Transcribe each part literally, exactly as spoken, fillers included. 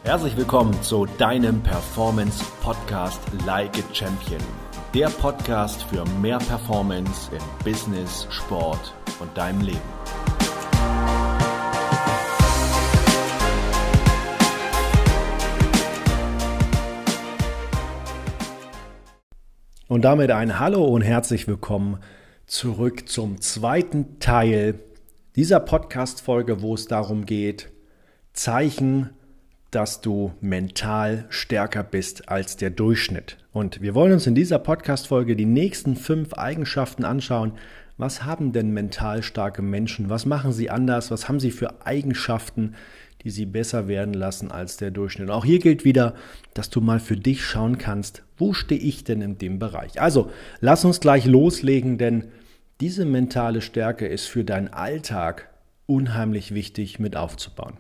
Herzlich willkommen zu deinem Performance Podcast Like a Champion. Der Podcast für mehr Performance im Business, Sport und deinem Leben. Und damit ein Hallo und herzlich willkommen zurück zum zweiten Teil dieser Podcast-Folge, wo es darum geht, Zeichen, dass du mental stärker bist als der Durchschnitt. Und wir wollen uns in dieser Podcast-Folge die nächsten fünf Eigenschaften anschauen. Was haben denn mental starke Menschen? Was machen sie anders? Was haben sie für Eigenschaften, die sie besser werden lassen als der Durchschnitt? Und auch hier gilt wieder, dass du mal für dich schauen kannst, wo stehe ich denn in dem Bereich? Also, lass uns gleich loslegen, denn diese mentale Stärke ist für deinen Alltag unheimlich wichtig mit aufzubauen.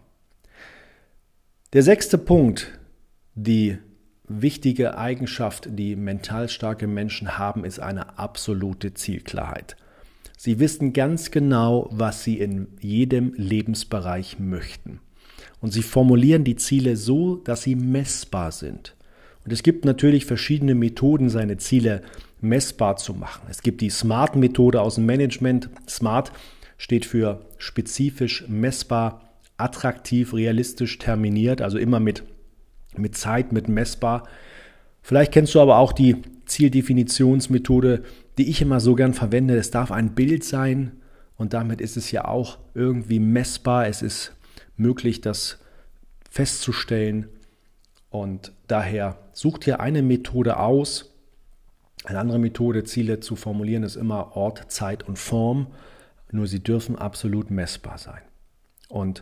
Der sechste Punkt, die wichtige Eigenschaft, die mental starke Menschen haben, ist eine absolute Zielklarheit. Sie wissen ganz genau, was sie in jedem Lebensbereich möchten. Und sie formulieren die Ziele so, dass sie messbar sind. Und es gibt natürlich verschiedene Methoden, seine Ziele messbar zu machen. Es gibt die SMART-Methode aus dem Management. SMART steht für spezifisch, messbar, attraktiv, realistisch, terminiert, also immer mit, mit Zeit, mit messbar. Vielleicht kennst du aber auch die Zieldefinitionsmethode, die ich immer so gern verwende. Es darf ein Bild sein und damit ist es ja auch irgendwie messbar. Es ist möglich, das festzustellen und daher such dir eine Methode aus. Eine andere Methode, Ziele zu formulieren, ist immer Ort, Zeit und Form. Nur sie dürfen absolut messbar sein. Und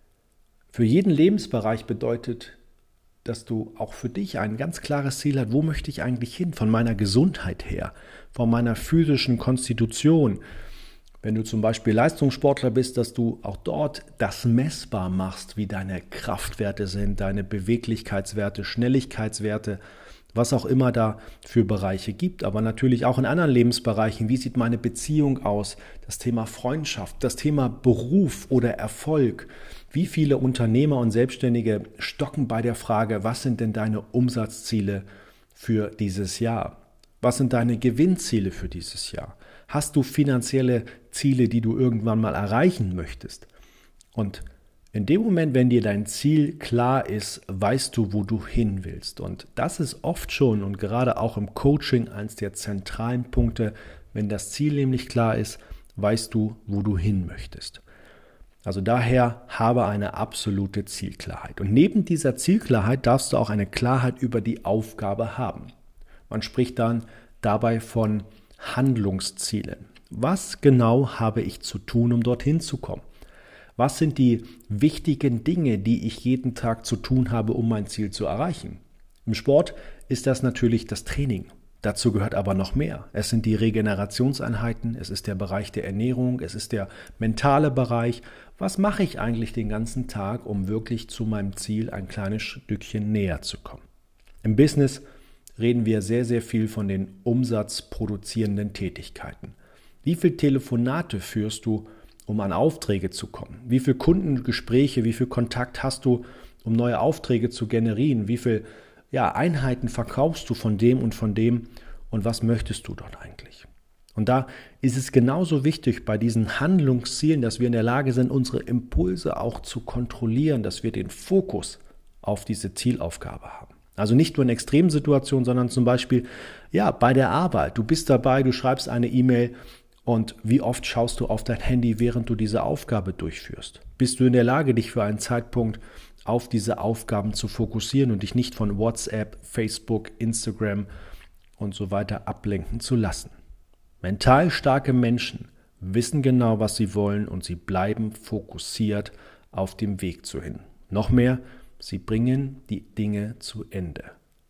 für jeden Lebensbereich bedeutet, dass du auch für dich ein ganz klares Ziel hast, wo möchte ich eigentlich hin, von meiner Gesundheit her, von meiner physischen Konstitution. Wenn du zum Beispiel Leistungssportler bist, dass du auch dort das messbar machst, wie deine Kraftwerte sind, deine Beweglichkeitswerte, Schnelligkeitswerte, was auch immer da für Bereiche gibt, aber natürlich auch in anderen Lebensbereichen. Wie sieht meine Beziehung aus? Das Thema Freundschaft, das Thema Beruf oder Erfolg. Wie viele Unternehmer und Selbstständige stocken bei der Frage, was sind denn deine Umsatzziele für dieses Jahr? Was sind deine Gewinnziele für dieses Jahr? Hast du finanzielle Ziele, die du irgendwann mal erreichen möchtest? Und in dem Moment, wenn dir dein Ziel klar ist, weißt du, wo du hin willst. Und das ist oft schon und gerade auch im Coaching eines der zentralen Punkte. Wenn das Ziel nämlich klar ist, weißt du, wo du hin möchtest. Also daher habe eine absolute Zielklarheit. Und neben dieser Zielklarheit darfst du auch eine Klarheit über die Aufgabe haben. Man spricht dann dabei von Handlungszielen. Was genau habe ich zu tun, um dorthin zu kommen? Was sind die wichtigen Dinge, die ich jeden Tag zu tun habe, um mein Ziel zu erreichen? Im Sport ist das natürlich das Training. Dazu gehört aber noch mehr. Es sind die Regenerationseinheiten, es ist der Bereich der Ernährung, es ist der mentale Bereich. Was mache ich eigentlich den ganzen Tag, um wirklich zu meinem Ziel ein kleines Stückchen näher zu kommen? Im Business reden wir sehr, sehr viel von den umsatzproduzierenden Tätigkeiten. Wie viele Telefonate führst du, um an Aufträge zu kommen? Wie viele Kundengespräche, wie viel Kontakt hast du, um neue Aufträge zu generieren? Wie viele ja, Einheiten verkaufst du von dem und von dem und was möchtest du dort eigentlich? Und da ist es genauso wichtig bei diesen Handlungszielen, dass wir in der Lage sind, unsere Impulse auch zu kontrollieren, dass wir den Fokus auf diese Zielaufgabe haben. Also nicht nur in Extremsituationen, sondern zum Beispiel ja, bei der Arbeit. Du bist dabei, du schreibst eine E-Mail und wie oft schaust du auf dein Handy, während du diese Aufgabe durchführst? Bist du in der Lage, dich für einen Zeitpunkt auf diese Aufgaben zu fokussieren und dich nicht von WhatsApp, Facebook, Instagram und so weiter ablenken zu lassen? Mental starke Menschen wissen genau, was sie wollen und sie bleiben fokussiert auf dem Weg zu hin. Noch mehr, sie bringen die Dinge zu Ende.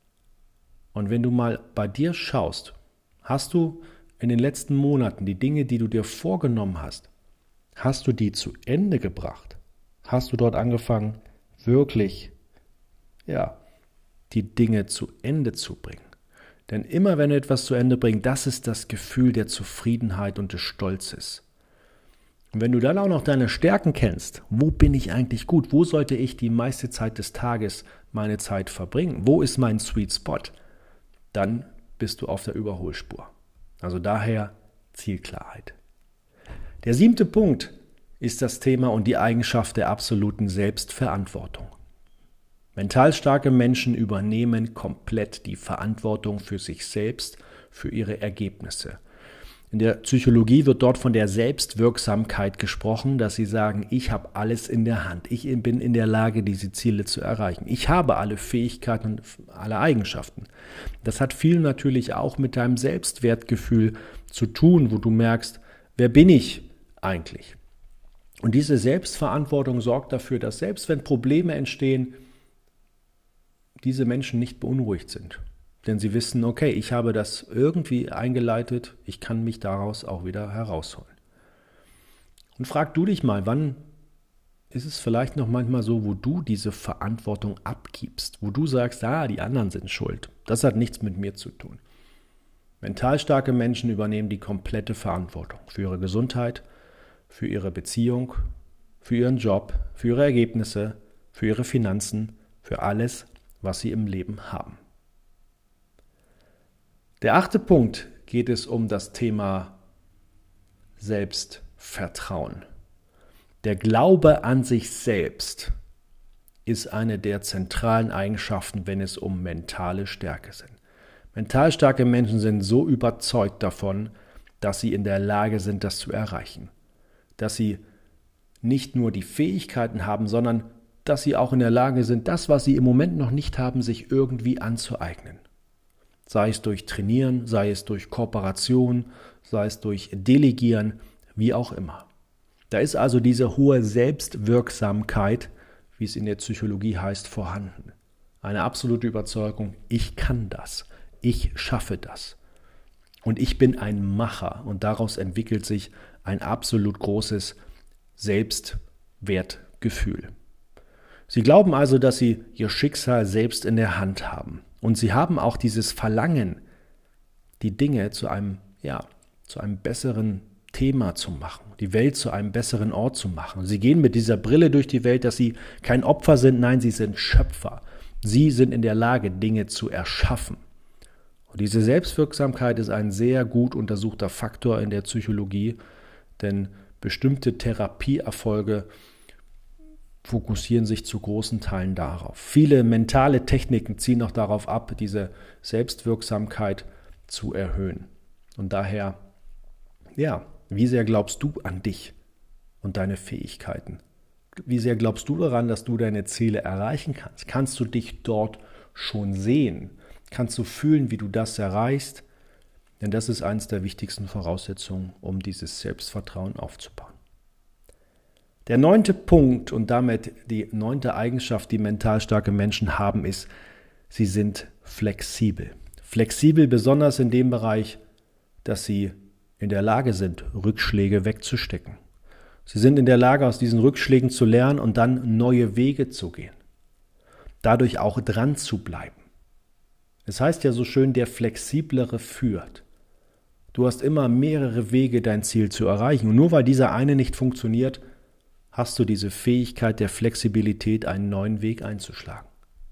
Und wenn du mal bei dir schaust, hast du in den letzten Monaten die Dinge, die du dir vorgenommen hast, hast du die zu Ende gebracht? Hast du dort angefangen, wirklich, ja, die Dinge zu Ende zu bringen? Denn immer wenn du etwas zu Ende bringst, das ist das Gefühl der Zufriedenheit und des Stolzes. Und wenn du dann auch noch deine Stärken kennst, wo bin ich eigentlich gut, wo sollte ich die meiste Zeit des Tages meine Zeit verbringen, wo ist mein Sweet Spot, dann bist du auf der Überholspur. Also daher Zielklarheit. Der siebte Punkt ist das Thema und die Eigenschaft der absoluten Selbstverantwortung. Mental starke Menschen übernehmen komplett die Verantwortung für sich selbst, für ihre Ergebnisse. In der Psychologie wird dort von der Selbstwirksamkeit gesprochen, dass sie sagen, ich habe alles in der Hand, ich bin in der Lage, diese Ziele zu erreichen. Ich habe alle Fähigkeiten und alle Eigenschaften. Das hat viel natürlich auch mit deinem Selbstwertgefühl zu tun, wo du merkst, wer bin ich eigentlich? Und diese Selbstverantwortung sorgt dafür, dass selbst wenn Probleme entstehen, diese Menschen nicht beunruhigt sind. Denn sie wissen, okay, ich habe das irgendwie eingeleitet, ich kann mich daraus auch wieder herausholen. Und frag du dich mal, wann ist es vielleicht noch manchmal so, wo du diese Verantwortung abgibst, wo du sagst, ah, die anderen sind schuld. Das hat nichts mit mir zu tun. Mental starke Menschen übernehmen die komplette Verantwortung für ihre Gesundheit, für ihre Beziehung, für ihren Job, für ihre Ergebnisse, für ihre Finanzen, für alles, was sie im Leben haben. Der achte Punkt geht es um das Thema Selbstvertrauen. Der Glaube an sich selbst ist eine der zentralen Eigenschaften, wenn es um mentale Stärke sind. Mental starke Menschen sind so überzeugt davon, dass sie in der Lage sind, das zu erreichen. Dass sie nicht nur die Fähigkeiten haben, sondern dass sie auch in der Lage sind, das, was sie im Moment noch nicht haben, sich irgendwie anzueignen. Sei es durch Trainieren, sei es durch Kooperation, sei es durch Delegieren, wie auch immer. Da ist also diese hohe Selbstwirksamkeit, wie es in der Psychologie heißt, vorhanden. Eine absolute Überzeugung, ich kann das, ich schaffe das. Und ich bin ein Macher und daraus entwickelt sich ein absolut großes Selbstwertgefühl. Sie glauben also, dass sie ihr Schicksal selbst in der Hand haben. Und sie haben auch dieses Verlangen, die Dinge zu einem, ja, zu einem besseren Thema zu machen, die Welt zu einem besseren Ort zu machen. Sie gehen mit dieser Brille durch die Welt, dass sie kein Opfer sind, nein, sie sind Schöpfer. Sie sind in der Lage, Dinge zu erschaffen. Und diese Selbstwirksamkeit ist ein sehr gut untersuchter Faktor in der Psychologie, denn bestimmte Therapieerfolge fokussieren sich zu großen Teilen darauf. Viele mentale Techniken ziehen auch darauf ab, diese Selbstwirksamkeit zu erhöhen. Und daher, ja, wie sehr glaubst du an dich und deine Fähigkeiten? Wie sehr glaubst du daran, dass du deine Ziele erreichen kannst? Kannst du dich dort schon sehen? Kannst du fühlen, wie du das erreichst? Denn das ist eines der wichtigsten Voraussetzungen, um dieses Selbstvertrauen aufzubauen. Der neunte Punkt und damit die neunte Eigenschaft, die mental starke Menschen haben, ist, sie sind flexibel. Flexibel besonders in dem Bereich, dass sie in der Lage sind, Rückschläge wegzustecken. Sie sind in der Lage, aus diesen Rückschlägen zu lernen und dann neue Wege zu gehen. Dadurch auch dran zu bleiben. Es heißt ja so schön, der Flexiblere führt. Du hast immer mehrere Wege, dein Ziel zu erreichen. Und nur weil dieser eine nicht funktioniert, hast du diese Fähigkeit der Flexibilität, einen neuen Weg einzuschlagen.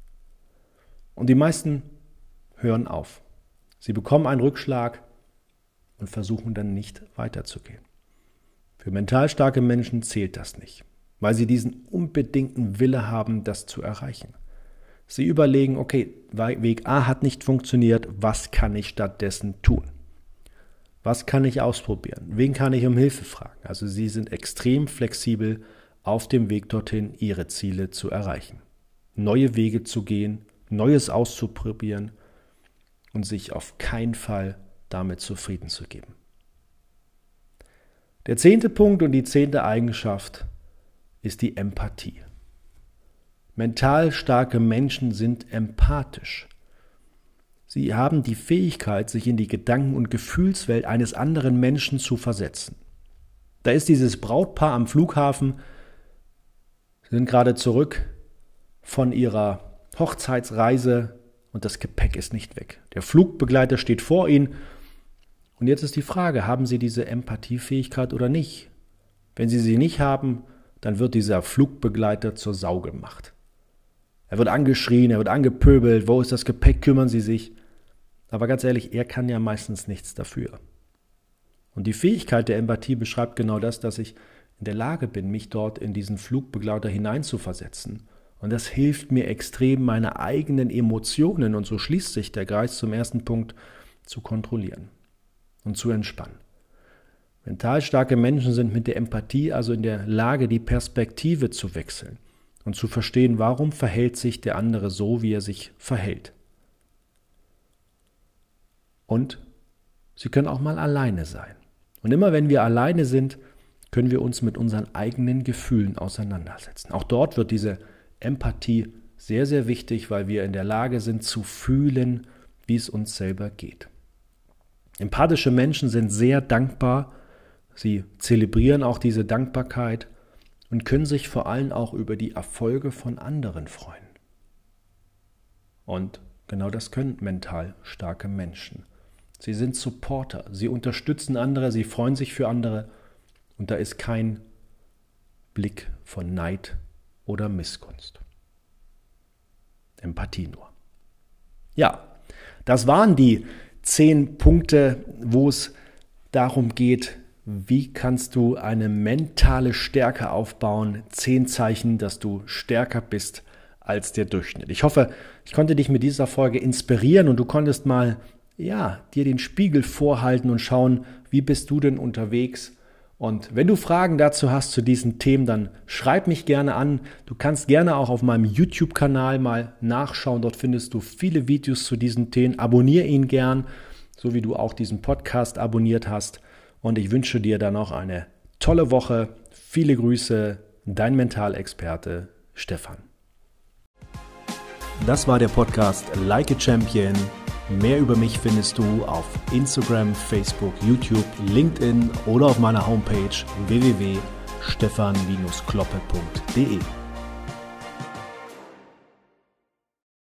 Und die meisten hören auf. Sie bekommen einen Rückschlag und versuchen dann nicht weiterzugehen. Für mental starke Menschen zählt das nicht, weil sie diesen unbedingten Wille haben, das zu erreichen. Sie überlegen, okay, Weg A hat nicht funktioniert, was kann ich stattdessen tun? Was kann ich ausprobieren? Wen kann ich um Hilfe fragen? Also sie sind extrem flexibel auf dem Weg dorthin, ihre Ziele zu erreichen. Neue Wege zu gehen, Neues auszuprobieren und sich auf keinen Fall damit zufrieden zu geben. Der zehnte Punkt und die zehnte Eigenschaft ist die Empathie. Mental starke Menschen sind empathisch. Sie haben die Fähigkeit, sich in die Gedanken- und Gefühlswelt eines anderen Menschen zu versetzen. Da ist dieses Brautpaar am Flughafen, sind gerade zurück von ihrer Hochzeitsreise und das Gepäck ist nicht weg. Der Flugbegleiter steht vor ihnen und jetzt ist die Frage, haben sie diese Empathiefähigkeit oder nicht? Wenn Sie sie nicht haben, dann wird dieser Flugbegleiter zur Sau gemacht. Er wird angeschrien, er wird angepöbelt, wo ist das Gepäck, kümmern Sie sich. Aber ganz ehrlich, er kann ja meistens nichts dafür. Und die Fähigkeit der Empathie beschreibt genau das, dass ich in der Lage bin, mich dort in diesen Flugbegleiter hineinzuversetzen. Und das hilft mir extrem, meine eigenen Emotionen, und so schließt sich der Kreis zum ersten Punkt, zu kontrollieren und zu entspannen. Mental starke Menschen sind mit der Empathie also in der Lage, die Perspektive zu wechseln und zu verstehen, warum verhält sich der andere so, wie er sich verhält. Und sie können auch mal alleine sein. Und immer wenn wir alleine sind, können wir uns mit unseren eigenen Gefühlen auseinandersetzen. Auch dort wird diese Empathie sehr, sehr wichtig, weil wir in der Lage sind zu fühlen, wie es uns selber geht. Empathische Menschen sind sehr dankbar. Sie zelebrieren auch diese Dankbarkeit und können sich vor allem auch über die Erfolge von anderen freuen. Und genau das können mental starke Menschen. Sie sind Supporter, sie unterstützen andere, sie freuen sich für andere und da ist kein Blick von Neid oder Missgunst. Empathie nur. Ja, das waren die zehn Punkte, wo es darum geht, wie kannst du eine mentale Stärke aufbauen? Zehn Zeichen, dass du stärker bist als der Durchschnitt. Ich hoffe, ich konnte dich mit dieser Folge inspirieren und du konntest mal ja, dir den Spiegel vorhalten und schauen, wie bist du denn unterwegs? Und wenn du Fragen dazu hast zu diesen Themen, dann schreib mich gerne an. Du kannst gerne auch auf meinem YouTube-Kanal mal nachschauen. Dort findest du viele Videos zu diesen Themen. Abonniere ihn gern, so wie du auch diesen Podcast abonniert hast. Und ich wünsche dir dann noch eine tolle Woche. Viele Grüße, dein Mentalexperte Stefan. Das war der Podcast Like a Champion. Mehr über mich findest du auf Instagram, Facebook, YouTube, LinkedIn oder auf meiner Homepage w w w punkt stefan Bindestrich kloppe punkt de.